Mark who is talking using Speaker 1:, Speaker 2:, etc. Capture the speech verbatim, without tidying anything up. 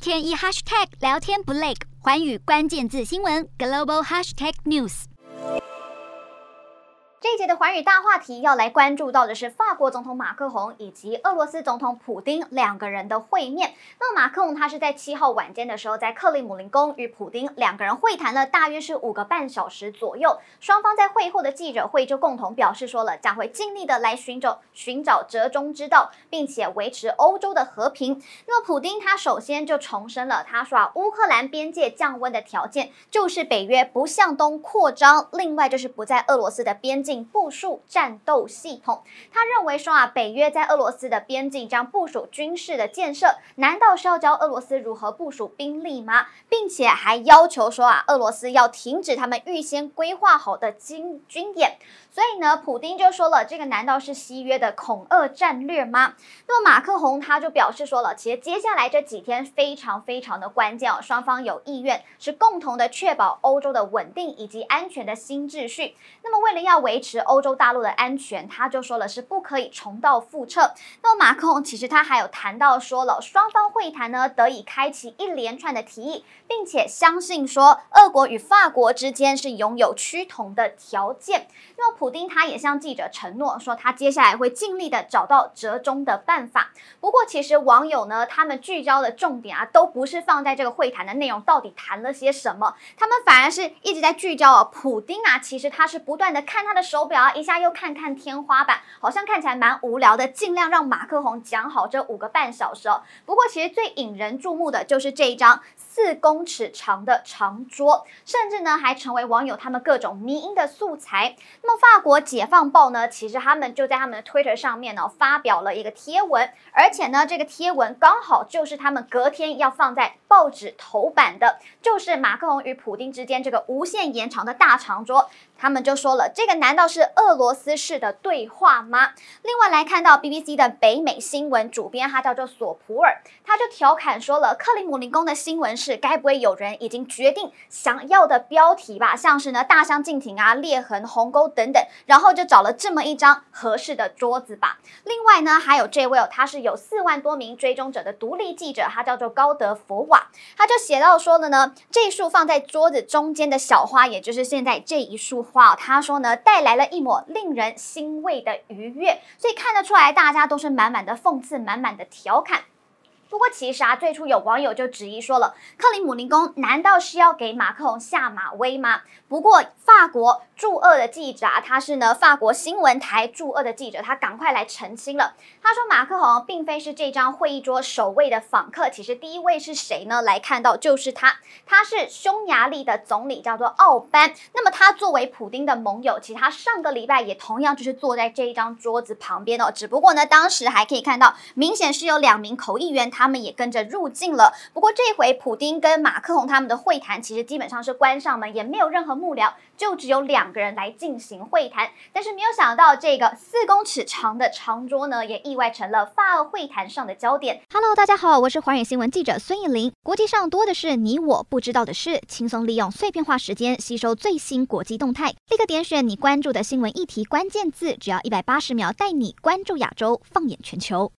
Speaker 1: 天一 hashtag 聊天不累，寰宇关键字新闻 global hashtag news。
Speaker 2: 这一节的寰宇大话题要来关注到的是法国总统马克宏以及俄罗斯总统普丁两个人的会面。那么马克宏他是在七号晚间的时候，在克里姆林宫与普丁两个人会谈了大约是五个半小时左右。双方在会后的记者会就共同表示说了，将会尽力的来寻找寻找折中之道，并且维持欧洲的和平。那么普丁他首先就重申了，他说啊，乌克兰边界降温的条件就是北约不向东扩张，另外就是不在俄罗斯的边境部署战斗系统。他认为说啊，北约在俄罗斯的边境将部署军事的建设，难道是要教俄罗斯如何部署兵力吗？并且还要求说啊，俄罗斯要停止他们预先规划好的军军演。所以呢，普丁就说了，这个难道是西约的恐俄战略吗？那么马克宏他就表示说了，其实接下来这几天非常非常的关键哦，双方有意愿是共同的确保欧洲的稳定以及安全的新秩序。那么为了要维持欧洲大陆的安全，他就说了是不可以重蹈覆辙。那么马克宏其实他还有谈到说了，双方会谈呢得以开启一连串的提议，并且相信说俄国与法国之间是拥有趋同的条件。那么普丁他也向记者承诺说，他接下来会尽力的找到折中的办法。不过其实网友呢，他们聚焦的重点啊，都不是放在这个会谈的内容到底谈了些什么，他们反而是一直在聚焦啊，普丁啊，其实他是不断的看他的手表啊，一下又看看天花板，好像看起来蛮无聊的，尽量让马克宏讲好这五个半小时哦。不过其实最引人注目的就是这一张四公尺长的长桌，甚至呢还成为网友他们各种迷因的素材。那么法国解放报呢，其实他们就在他们的 Twitter 上面呢发表了一个贴文，而且呢这个贴文刚好就是他们隔天要放在报纸头版的，就是马克宏与普丁之间这个无限延长的大长桌。他们就说了，这个难道是俄罗斯式的对话吗？另外来看到 B B C 的北美新闻主编，他叫做索普尔，他就调侃说了，克里姆林宫的新闻室该不会有人已经决定想要的标题吧，像是呢大相径庭啊、裂痕、鸿沟等等，然后就找了这么一张合适的桌子吧。另外呢，还有这位、哦、他是有四万多名追踪者的独立记者，他叫做高德佛瓦，他就写到说了呢，这束放在桌子中间的小花，也就是现在这一束花、哦，他说呢带来了一抹令人欣慰的愉悦，所以看得出来大家都是满满的讽刺，满满的调侃。不过其实啊，最初有网友就质疑说了，克里姆林宫难道是要给马克宏下马威吗？不过法国驻俄的记者啊，他是呢法国新闻台驻俄的记者，他赶快来澄清了。他说马克宏并非是这张会议桌首位的访客，其实第一位是谁呢？来看到就是他，他是匈牙利的总理，叫做奥班。那么他作为普丁的盟友，其实他上个礼拜也同样就是坐在这一张桌子旁边哦。只不过呢，当时还可以看到，明显是有两名口译员，他们也跟着入境了。不过这回普丁跟马克宏他们的会谈，其实基本上是关上门，也没有任何幕僚，就只有两个人来进行会谈。但是没有想到，这个四公尺长的长桌呢，也意外成了法俄会谈上的焦点。
Speaker 1: Hello， 大家好，我是寰宇新闻记者孙艺玲。国际上多的是你我不知道的事，轻松利用碎片化时间吸收最新国际动态，立刻点选你关注的新闻议题关键字，只要一百八十秒带你关注亚洲，放眼全球。